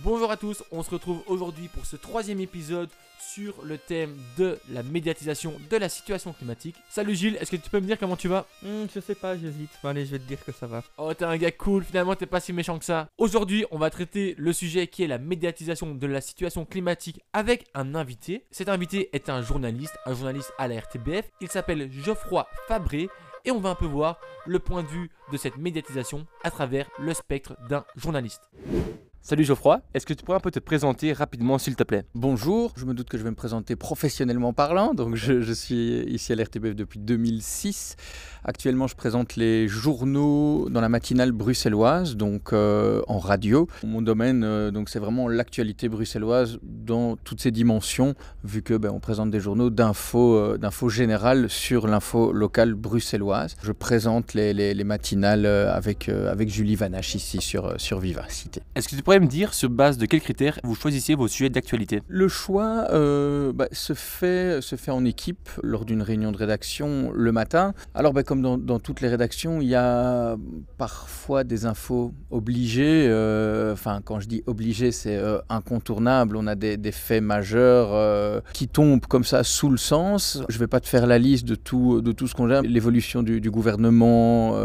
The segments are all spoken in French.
Bonjour à tous, on se retrouve aujourd'hui pour ce troisième épisode sur le thème de la médiatisation de la situation climatique. Salut Gilles, est-ce que tu peux me dire comment tu vas? Je sais pas, j'hésite. Bon, allez, je vais te dire que ça va. Oh, t'es un gars cool, finalement t'es pas si méchant que ça. Aujourd'hui, on va traiter le sujet qui est la médiatisation de la situation climatique avec un invité. Cet invité est un journaliste à la RTBF. Il s'appelle Geoffroy Fabré. Et on va un peu voir le point de vue de cette médiatisation à travers le spectre d'un journaliste. Salut Geoffroy, est-ce que tu pourrais un peu te présenter rapidement s'il te plaît? Bonjour, je me doute que je vais me présenter professionnellement parlant. Donc je suis ici à l'RTBF depuis 2006. Actuellement, je présente les journaux dans la matinale bruxelloise, donc en radio. Mon domaine, donc c'est vraiment l'actualité bruxelloise dans toutes ses dimensions, vu que on présente des journaux d'infos générales sur l'info locale bruxelloise. Je présente les matinales avec Julie Vanache ici sur Vivacité. Est-ce que tu pourrais me dire sur base de quels critères vous choisissez vos sujets d'actualité? Le choix se fait en équipe lors d'une réunion de rédaction le matin. Alors comme dans toutes les rédactions, il y a parfois des infos obligées. Quand je dis obligées, c'est incontournable. On a des faits majeurs qui tombent comme ça sous le sens. Je ne vais pas te faire la liste de tout ce qu'on a. L'évolution du gouvernement,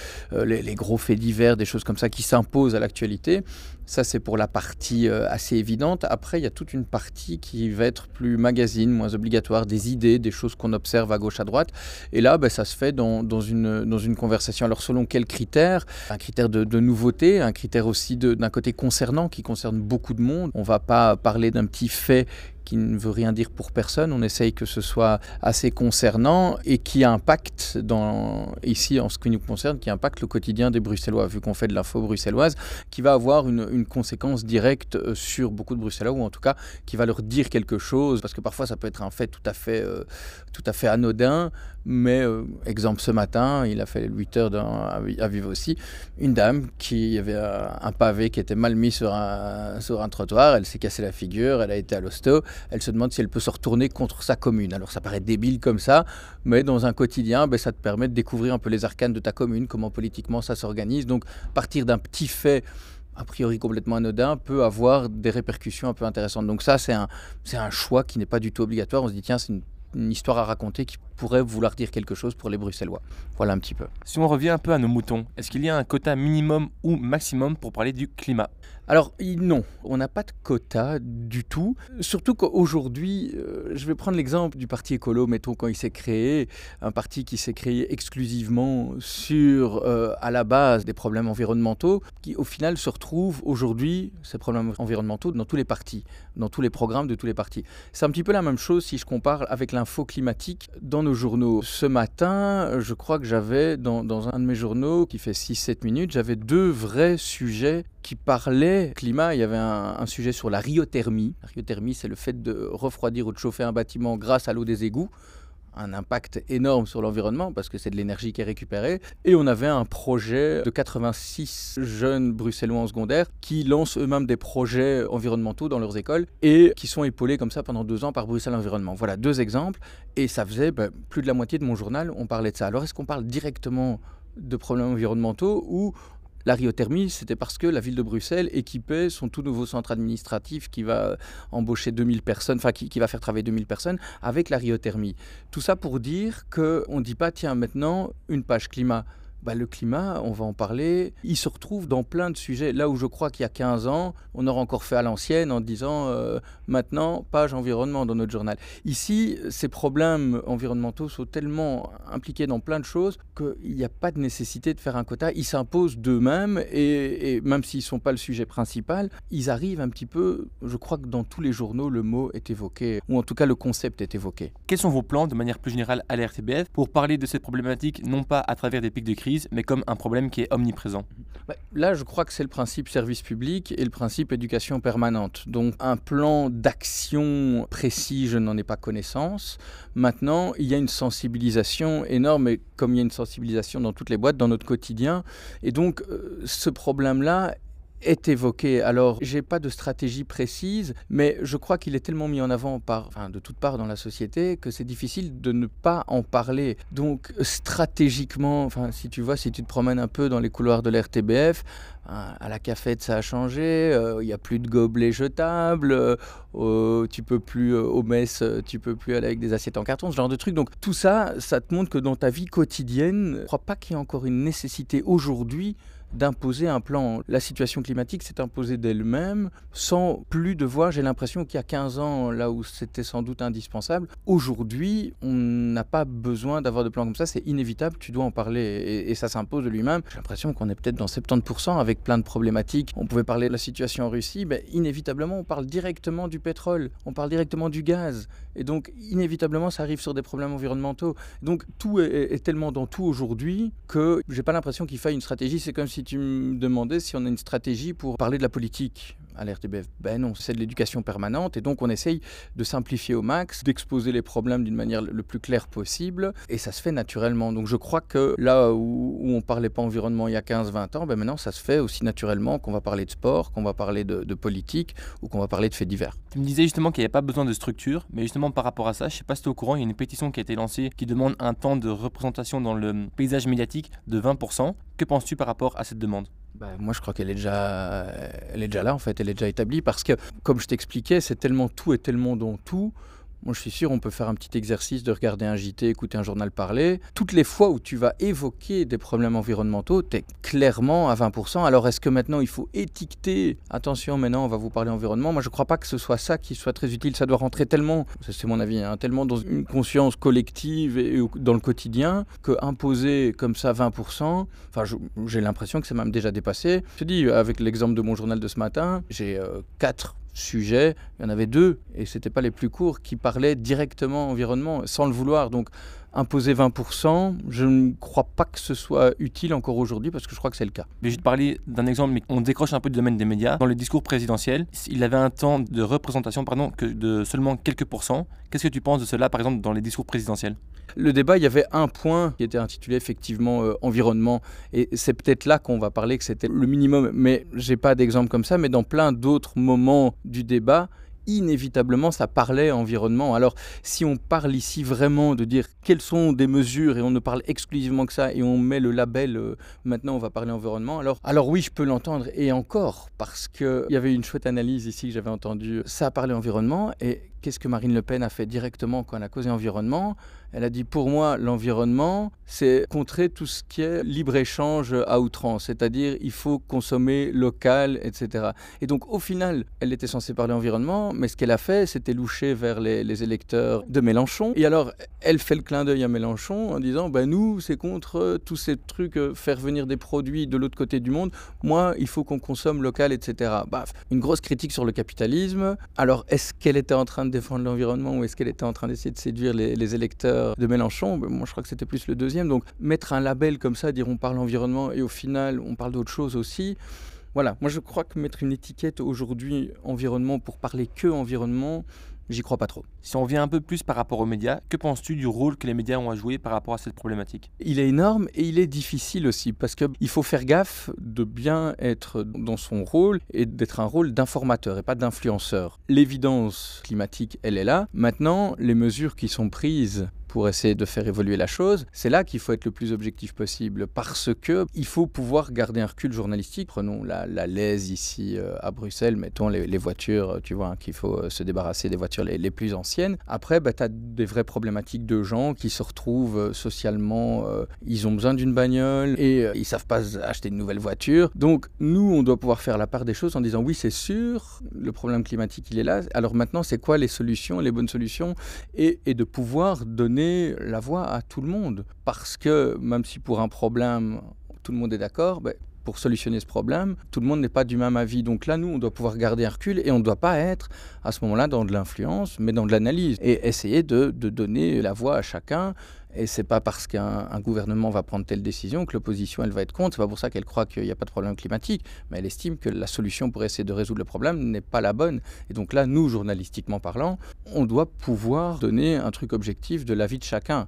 les gros faits divers, des choses comme ça qui s'imposent à l'actualité. Ça, c'est pour la partie assez évidente. Après, il y a toute une partie qui va être plus magazine, moins obligatoire, des idées, des choses qu'on observe à gauche, à droite. Et là, ça se fait dans une conversation. Alors, selon quels critères? Un critère de nouveauté, un critère aussi d'un côté concernant, qui concerne beaucoup de monde. On ne va pas parler d'un petit fait qui ne veut rien dire pour personne. On essaye que ce soit assez concernant et qui impacte, ici en ce qui nous concerne, qui impacte le quotidien des Bruxellois, vu qu'on fait de l'info bruxelloise, qui va avoir une conséquence directe sur beaucoup de Bruxellois, ou en tout cas qui va leur dire quelque chose, parce que parfois ça peut être un fait tout à fait anodin, mais exemple ce matin, il a fait 8 heures à Vivre aussi, une dame qui avait un pavé qui était mal mis sur un trottoir, elle s'est cassé la figure, elle a été à l'hosto. Elle se demande si elle peut se retourner contre sa commune. Alors ça paraît débile comme ça, mais dans un quotidien, ça te permet de découvrir un peu les arcanes de ta commune, comment politiquement ça s'organise. Donc partir d'un petit fait a priori complètement anodin peut avoir des répercussions un peu intéressantes. Donc ça, c'est un choix qui n'est pas du tout obligatoire. On se dit tiens, c'est une histoire à raconter qui pourrait vouloir dire quelque chose pour les Bruxellois. Voilà un petit peu. Si on revient un peu à nos moutons, est-ce qu'il y a un quota minimum ou maximum pour parler du climat? Alors non, on n'a pas de quota du tout. Surtout qu'aujourd'hui, je vais prendre l'exemple du Parti écolo, mettons quand il s'est créé, un parti qui s'est créé exclusivement sur, à la base, des problèmes environnementaux, qui au final se retrouvent aujourd'hui, ces problèmes environnementaux, dans tous les partis, dans tous les programmes de tous les partis. C'est un petit peu la même chose si je compare avec l'info climatique dans nos journaux. Ce matin, je crois que j'avais, dans un de mes journaux qui fait 6-7 minutes, j'avais 2 vrais sujets qui parlaient climat. Il y avait un sujet sur la ryothermie. La ryothermie, c'est le fait de refroidir ou de chauffer un bâtiment grâce à l'eau des égouts. Un impact énorme sur l'environnement parce que c'est de l'énergie qui est récupérée. Et on avait un projet de 86 jeunes bruxellois en secondaire qui lancent eux-mêmes des projets environnementaux dans leurs écoles et qui sont épaulés comme ça pendant 2 ans par Bruxelles Environnement. Voilà 2 exemples. Et ça faisait plus de la moitié de mon journal, on parlait de ça. Alors est-ce qu'on parle directement de problèmes environnementaux ou la ryothermie, c'était parce que la ville de Bruxelles équipait son tout nouveau centre administratif qui va embaucher 2000 personnes, qui va faire travailler 2000 personnes avec la ryothermie. Tout ça pour dire qu'on ne dit pas, tiens, maintenant, une page climat. Le climat, on va en parler, il se retrouve dans plein de sujets. Là où je crois qu'il y a 15 ans, on aurait encore fait à l'ancienne en disant maintenant, page environnement dans notre journal. Ici, ces problèmes environnementaux sont tellement impliqués dans plein de choses qu'il n'y a pas de nécessité de faire un quota. Ils s'imposent d'eux-mêmes et même s'ils ne sont pas le sujet principal, ils arrivent un petit peu, je crois que dans tous les journaux, le mot est évoqué, ou en tout cas le concept est évoqué. Quels sont vos plans de manière plus générale à la RTBF pour parler de cette problématique, non pas à travers des pics de crise, mais comme un problème qui est omniprésent? Là, je crois que c'est le principe service public et le principe éducation permanente. Donc, un plan d'action précis, je n'en ai pas connaissance. Maintenant, il y a une sensibilisation énorme, et comme il y a une sensibilisation dans toutes les boîtes, dans notre quotidien. Et donc, ce problème-là est évoqué. Alors, j'ai pas de stratégie précise, mais je crois qu'il est tellement mis en avant de toutes parts dans la société que c'est difficile de ne pas en parler. Donc, stratégiquement, si tu te promènes un peu dans les couloirs de l'RTBF, à la cafette, ça a changé, il n'y a plus de gobelets jetables, tu peux plus, aux messes, tu peux plus aller avec des assiettes en carton, ce genre de trucs. Donc tout ça, ça te montre que dans ta vie quotidienne, je ne crois pas qu'il y ait encore une nécessité aujourd'hui d'imposer un plan. La situation climatique s'est imposée d'elle-même sans plus devoir, j'ai l'impression qu'il y a 15 ans, là où c'était sans doute indispensable, aujourd'hui, on n'a pas besoin d'avoir de plan comme ça, c'est inévitable, tu dois en parler et ça s'impose de lui-même. J'ai l'impression qu'on est peut-être dans 70% avec plein de problématiques. On pouvait parler de la situation en Russie, mais inévitablement, on parle directement du pétrole, on parle directement du gaz et donc inévitablement, ça arrive sur des problèmes environnementaux. Donc tout est tellement dans tout aujourd'hui que j'ai pas l'impression qu'il faille une stratégie. C'est comme si tu me demandais si on a une stratégie pour parler de la politique à l'RTBF. Ben non, c'est de l'éducation permanente et donc on essaye de simplifier au max, d'exposer les problèmes d'une manière le plus claire possible et ça se fait naturellement. Donc je crois que là où on parlait pas environnement il y a 15-20 ans, maintenant ça se fait aussi naturellement qu'on va parler de sport, qu'on va parler de politique ou qu'on va parler de faits divers. Tu me disais justement qu'il n'y avait pas besoin de structure, mais justement par rapport à ça, je ne sais pas si tu es au courant, il y a une pétition qui a été lancée qui demande un temps de représentation dans le paysage médiatique de 20%. Que penses-tu par rapport à cette demande ? Moi, je crois qu'elle est déjà là, en fait. Elle est déjà établie parce que, comme je t'expliquais, c'est tellement tout et tellement dans tout. Moi, je suis sûr, on peut faire un petit exercice de regarder un JT, écouter un journal parler. Toutes les fois où tu vas évoquer des problèmes environnementaux, tu es clairement à 20%. Alors, est-ce que maintenant, il faut étiqueter ? Attention, maintenant, on va vous parler environnement. Moi, je ne crois pas que ce soit ça qui soit très utile. Ça doit rentrer tellement, c'est mon avis, tellement dans une conscience collective et dans le quotidien qu'imposer comme ça 20%, j'ai l'impression que c'est même déjà dépassé. Je te dis, avec l'exemple de mon journal de ce matin, j'ai 4 sujets, il y en avait 2 et c'était pas les plus courts qui parlaient directement environnement sans le vouloir. Donc imposer 20%, je ne crois pas que ce soit utile encore aujourd'hui parce que je crois que c'est le cas. Mais je vais te parler d'un exemple, mais on décroche un peu du domaine des médias. Dans le discours présidentiel, il avait un temps de représentation que de seulement quelques pourcents. Qu'est-ce que tu penses de cela, par exemple, dans les discours présidentiels ? Le débat, il y avait un point qui était intitulé effectivement environnement et c'est peut-être là qu'on va parler que c'était le minimum, mais j'ai pas d'exemple comme ça, mais dans plein d'autres moments du débat, inévitablement, ça parlait environnement. Alors, si on parle ici vraiment de dire quelles sont des mesures et on ne parle exclusivement que ça et on met le label maintenant on va parler environnement, alors oui, je peux l'entendre et encore parce qu'il y avait une chouette analyse ici que j'avais entendue. Ça a parlé environnement et qu'est-ce que Marine Le Pen a fait directement quand elle a causé environnement ? Elle a dit, pour moi, l'environnement, c'est contrer tout ce qui est libre-échange à outrance, c'est-à-dire il faut consommer local, etc. Et donc, au final, elle était censée parler environnement, mais ce qu'elle a fait, c'était loucher vers les électeurs de Mélenchon. Et alors, elle fait le clin d'œil à Mélenchon en disant, nous, c'est contre tous ces trucs, faire venir des produits de l'autre côté du monde. Moi, il faut qu'on consomme local, etc. Une grosse critique sur le capitalisme. Alors, est-ce qu'elle était en train de défendre l'environnement ou est-ce qu'elle était en train d'essayer de séduire les électeurs de Mélenchon? Moi, je crois que c'était plus le deuxième. Donc, mettre un label comme ça, dire on parle environnement et au final, on parle d'autre chose aussi. Voilà, moi, je crois que mettre une étiquette aujourd'hui environnement pour parler que environnement, j'y crois pas trop. Si on revient un peu plus par rapport aux médias, que penses-tu du rôle que les médias ont à jouer par rapport à cette problématique ? Il est énorme et il est difficile aussi parce qu'il faut faire gaffe de bien être dans son rôle et d'être un rôle d'informateur et pas d'influenceur. L'évidence climatique, elle est là. Maintenant, les mesures qui sont prises pour essayer de faire évoluer la chose, c'est là qu'il faut être le plus objectif possible parce que il faut pouvoir garder un recul journalistique. Prenons la lèse ici à Bruxelles, mettons les voitures, tu vois, qu'il faut se débarrasser des voitures les plus anciennes. Après, tu as des vraies problématiques de gens qui se retrouvent socialement, ils ont besoin d'une bagnole et ils savent pas acheter une nouvelle voiture. Donc, nous, on doit pouvoir faire la part des choses en disant oui, c'est sûr, le problème climatique, il est là. Alors maintenant, c'est quoi les solutions, les bonnes solutions et de pouvoir donner la voix à tout le monde. Parce que même si pour un problème, tout le monde est d'accord, pour solutionner ce problème, tout le monde n'est pas du même avis. Donc là, nous, on doit pouvoir garder un recul et on ne doit pas être à ce moment-là dans de l'influence, mais dans de l'analyse et essayer de donner la voix à chacun. Et c'est pas parce qu'un gouvernement va prendre telle décision que l'opposition, elle va être contre. C'est pas pour ça qu'elle croit qu'il n'y a pas de problème climatique, mais elle estime que la solution pour essayer de résoudre le problème n'est pas la bonne. Et donc là, nous, journalistiquement parlant, on doit pouvoir donner un truc objectif de l'avis de chacun.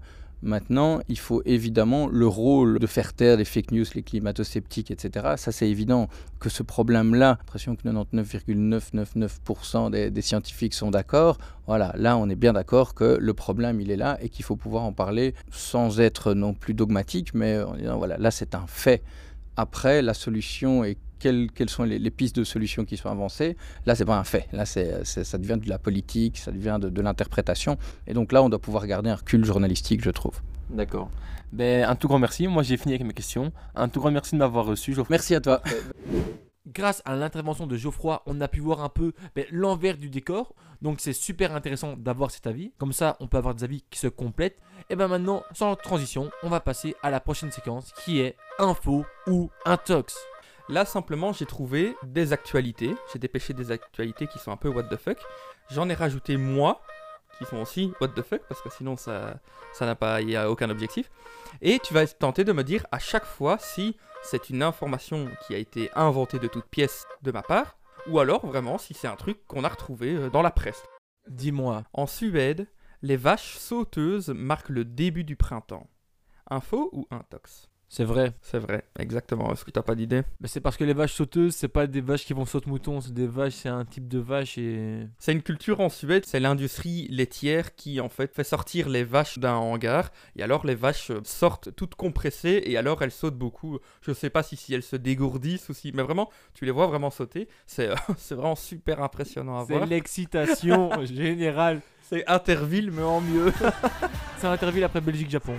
Maintenant, il faut évidemment le rôle de faire taire les fake news, les climato-sceptiques, etc. Ça, c'est évident que ce problème-là, j'ai l'impression que 99,999% des scientifiques sont d'accord. Voilà, là, on est bien d'accord que le problème, il est là et qu'il faut pouvoir en parler sans être non plus dogmatique, mais en disant, voilà, là, c'est un fait. Après, la solution et quelles sont les pistes de solutions qui sont avancées, là, c'est pas un fait. Là, ça devient de la politique, ça devient de l'interprétation. Et donc là, on doit pouvoir garder un recul journalistique, je trouve. D'accord. Ben, un tout grand merci. Moi, j'ai fini avec mes questions. Un tout grand merci de m'avoir reçu, Geoffroy. Merci à toi. Grâce à l'intervention de Geoffroy, on a pu voir un peu l'envers du décor. Donc c'est super intéressant d'avoir cet avis. Comme ça, on peut avoir des avis qui se complètent. Et bien maintenant, sans transition, on va passer à la prochaine séquence qui est info ou intox. Là, simplement, j'ai trouvé des actualités. J'ai dépêché des actualités qui sont un peu what the fuck. J'en ai rajouté moi, qui sont aussi what the fuck, parce que sinon, ça n'a pas, il n'y a aucun objectif. Et tu vas tenter de me dire à chaque fois si c'est une information qui a été inventée de toutes pièces de ma part, ou alors vraiment si c'est un truc qu'on a retrouvé dans la presse. Dis-moi. En Suède, les vaches sauteuses marquent le début du printemps. Info ou intox? C'est vrai. C'est vrai, exactement. Est-ce que t'as pas d'idée? Mais c'est parce que les vaches sauteuses, c'est pas des vaches qui vont saute-mouton, c'est des vaches, c'est un type de vache et... C'est une culture en Suède, c'est l'industrie laitière qui en fait sortir les vaches d'un hangar. Et alors les vaches sortent toutes compressées et alors elles sautent beaucoup. Je sais pas si elles se dégourdissent ou si... Mais vraiment, tu les vois vraiment sauter. C'est vraiment super impressionnant à voir. C'est l'excitation générale. C'est Interville mais en mieux. C'est Interville après Belgique-Japon.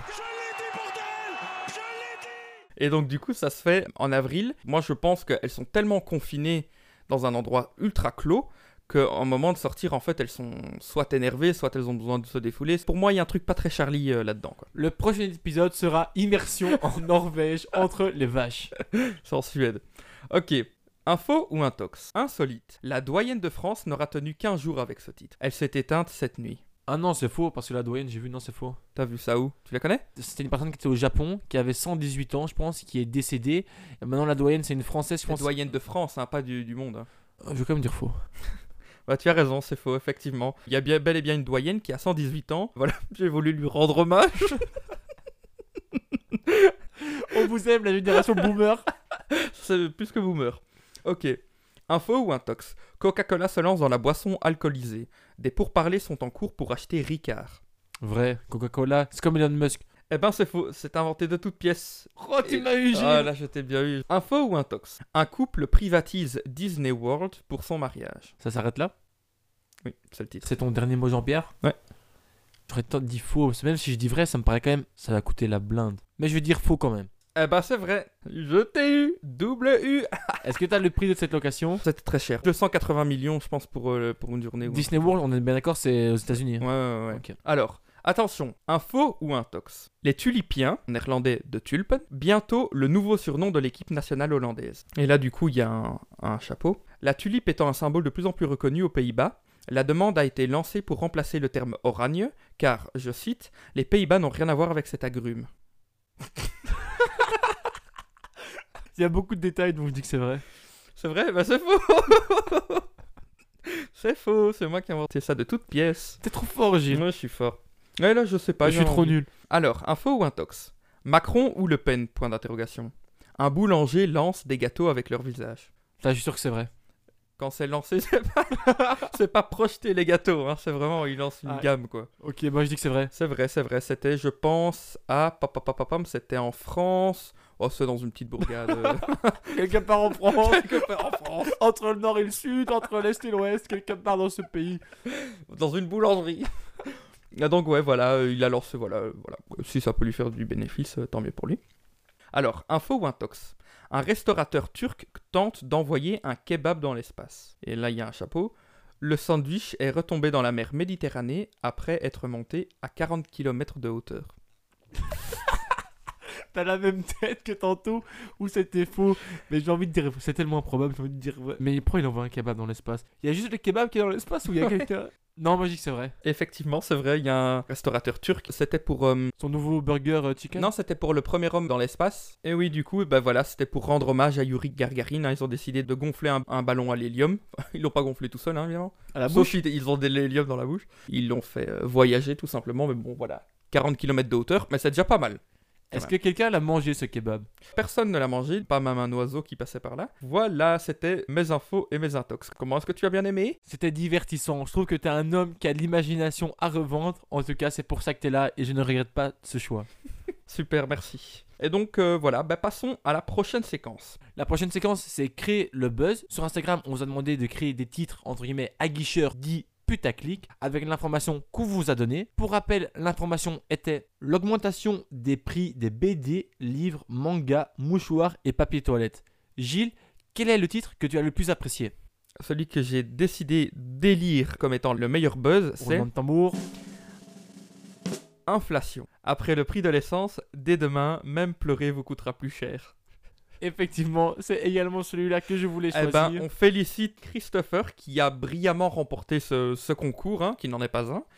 Et donc du coup ça se fait en avril. Moi je pense qu'elles sont tellement confinées dans un endroit ultra clos qu'au moment de sortir en fait elles sont soit énervées, soit elles ont besoin de se défouler. Pour moi il y a un truc pas très Charlie là-dedans quoi. Le prochain épisode sera immersion en Norvège entre les vaches. C'est en Suède. Ok. Info ou intox? Insolite. La doyenne de France n'aura tenu qu'un jour avec ce titre. Elle s'est éteinte cette nuit. Ah non, c'est faux, parce que la doyenne, j'ai vu, non, c'est faux. T'as vu ça où? Tu la connais? C'était une personne qui était au Japon, qui avait 118 ans, je pense, qui est décédée. Et maintenant, la doyenne, c'est une Française, je La pense. doyenne de France, hein, pas du monde. Hein. Je vais quand même dire faux. Bah tu as raison, c'est faux, effectivement. Il y a bel et bien une doyenne qui a 118 ans. Voilà, j'ai voulu lui rendre hommage. On vous aime, la génération boomer. C'est plus que boomer. Ok. Info ou intox? Coca-Cola se lance dans la boisson alcoolisée. Des pourparlers sont en cours pour acheter Ricard. Vrai, Coca-Cola, c'est comme Elon Musk. Eh ben c'est faux, c'est inventé de toutes pièces. Oh, tu m'as eu, Ah là, je t'ai bien eu. Info ou intox? Un couple privatise Disney World pour son mariage. Ça s'arrête là? Oui, c'est le titre. C'est ton dernier mot, Jean-Pierre? Ouais. J'aurais tant dit faux, parce que même si je dis vrai, ça me paraît quand même... Ça va coûter la blinde. Mais je vais dire faux quand même. Eh ben c'est vrai, je t'ai eu, double U. Est-ce que t'as le prix de cette location? C'était très cher. 280 millions, je pense, pour une journée. Disney World, on est bien d'accord, c'est aux États-Unis. Ouais. Ok. Alors, attention, info ou intox? Les Tulipiens, néerlandais de Tulpen, bientôt le nouveau surnom de l'équipe nationale hollandaise. Et là, du coup, il y a un chapeau. La tulipe étant un symbole de plus en plus reconnu aux Pays-Bas, la demande a été lancée pour remplacer le terme oranje, car, je cite, les Pays-Bas n'ont rien à voir avec cet agrume. Il y a beaucoup de détails, donc je dis que c'est vrai. C'est vrai? Bah c'est faux. C'est faux, c'est moi qui ai inventé ça de toutes pièces. T'es trop fort, Gilles. Moi je suis fort. Ouais là je sais pas. Je suis trop nul. Alors, info ou intox? Macron ou Le Pen? Point d'interrogation. Un boulanger lance des gâteaux avec leur visage. Là, je suis sûr que c'est vrai. Quand c'est lancé, c'est pas projeter les gâteaux, hein. C'est vraiment, il lance une gamme quoi. Ok, moi je dis que c'est vrai. C'est vrai. C'était, je pense, à c'était en France. Oh, c'est dans une petite bourgade. Quelque part en France. Quelque part en France. Entre le nord et le sud, entre l'est et l'ouest, quelque part dans ce pays. Dans une boulangerie. Ah, donc ouais, voilà, il a lancé, voilà. Si ça peut lui faire du bénéfice, tant mieux pour lui. Alors, info ou intox? Un restaurateur turc tente d'envoyer un kebab dans l'espace. Et là, il y a un chapeau. Le sandwich est retombé dans la mer Méditerranée après être monté à 40 km de hauteur. T'as la même tête que tantôt où c'était faux. Mais j'ai envie de dire, c'est tellement improbable, j'ai envie de dire vrai. Mais pourquoi il envoie un kebab dans l'espace? Il y a juste le kebab qui est dans l'espace ou il y a quelqu'un? Non, moi je dis que c'est vrai. Effectivement, c'est vrai, il y a un restaurateur turc. C'était pour... Son nouveau burger chicken? Non, c'était pour le premier homme dans l'espace. Et oui, du coup, bah voilà, c'était pour rendre hommage à Yuri Gagarin. Hein, ils ont décidé de gonfler un ballon à l'hélium. Ils l'ont pas gonflé tout seul, hein, évidemment. À la Sauf bouche? qu'ils ont de l'hélium dans la bouche. Ils l'ont fait voyager tout simplement, mais bon, voilà. 40 km de hauteur, mais c'est déjà pas mal. Est-ce que quelqu'un l'a mangé ce kebab? Personne ne l'a mangé, pas même un oiseau qui passait par là. Voilà, c'était mes infos et mes intox. Comment est-ce que tu as bien aimé? C'était divertissant. Je trouve que t'es un homme qui a de l'imagination à revendre. En tout cas, c'est pour ça que t'es là et je ne regrette pas ce choix. Super, merci. Et donc voilà, passons à la prochaine séquence. La prochaine séquence, c'est créer le buzz. Sur Instagram, on vous a demandé de créer des titres entre guillemets aguicheurs dits putaclic avec l'information qu'on vous a donnée. Pour rappel, l'information était l'augmentation des prix des BD, livres, mangas, mouchoirs et papier toilette. Gilles, quel est le titre que tu as le plus apprécié? Celui que j'ai décidé d'élire comme étant le meilleur buzz, c'est Roulement de tambour. inflation. Après le prix de l'essence, dès demain, même pleurer vous coûtera plus cher. Effectivement, c'est également celui-là que je voulais Eh choisir. on félicite Christopher qui a brillamment remporté ce concours, hein, qui n'en est pas un.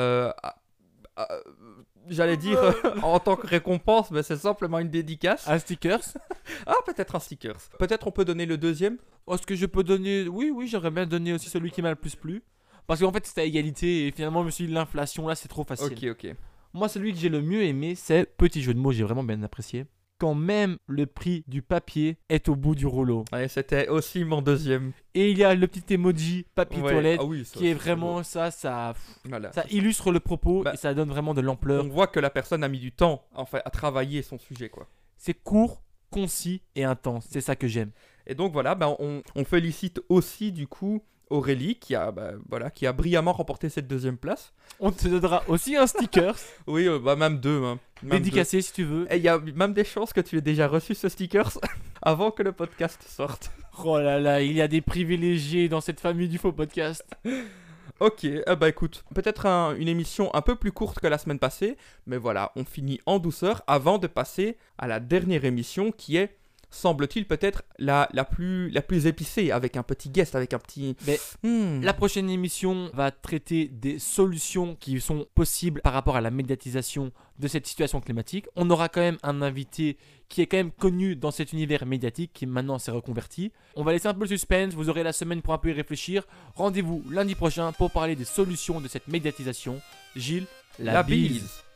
J'allais dire en tant que récompense, mais c'est simplement une dédicace. Un stickers. Ah, peut-être un sticker. Peut-être on peut donner le deuxième. Est-ce que je peux donner... Oui, j'aimerais bien donner aussi celui qui m'a le plus plu. Parce qu'en fait, c'était à égalité et finalement, je me suis dit, l'inflation, là, c'est trop facile. Ok. Moi, celui que j'ai le mieux aimé, c'est petit jeu de mots, j'ai vraiment bien apprécié. Quand même le prix du papier est au bout du rouleau. Ouais, c'était aussi mon deuxième. Et il y a le petit emoji papier Ouais. toilette Ah oui, ça, qui est c'est vraiment beau. ça Voilà. ça illustre le propos Bah, et ça donne vraiment de l'ampleur. On voit que la personne a mis du temps à travailler son sujet, quoi. C'est court, concis et intense. C'est ça que j'aime. Et donc voilà, on félicite aussi du coup Aurélie qui a brillamment remporté cette deuxième place. On te donnera aussi un sticker Oui, même deux. Hein. Même dédicacé si tu veux. deux. Et il y a même des chances que tu aies déjà reçu ce sticker avant que le podcast sorte. Oh là là, il y a des privilégiés dans cette famille du faux podcast. Ok, écoute, peut-être une émission un peu plus courte que la semaine passée, mais voilà, on finit en douceur avant de passer à la dernière émission qui est, semble-t-il, peut-être la plus épicée, avec un petit guest, avec un petit... Mais la prochaine émission va traiter des solutions qui sont possibles par rapport à la médiatisation de cette situation climatique. On aura quand même un invité qui est quand même connu dans cet univers médiatique qui maintenant s'est reconverti. On va laisser un peu le suspense, vous aurez la semaine pour un peu y réfléchir. Rendez-vous lundi prochain pour parler des solutions de cette médiatisation. Gilles, la bise.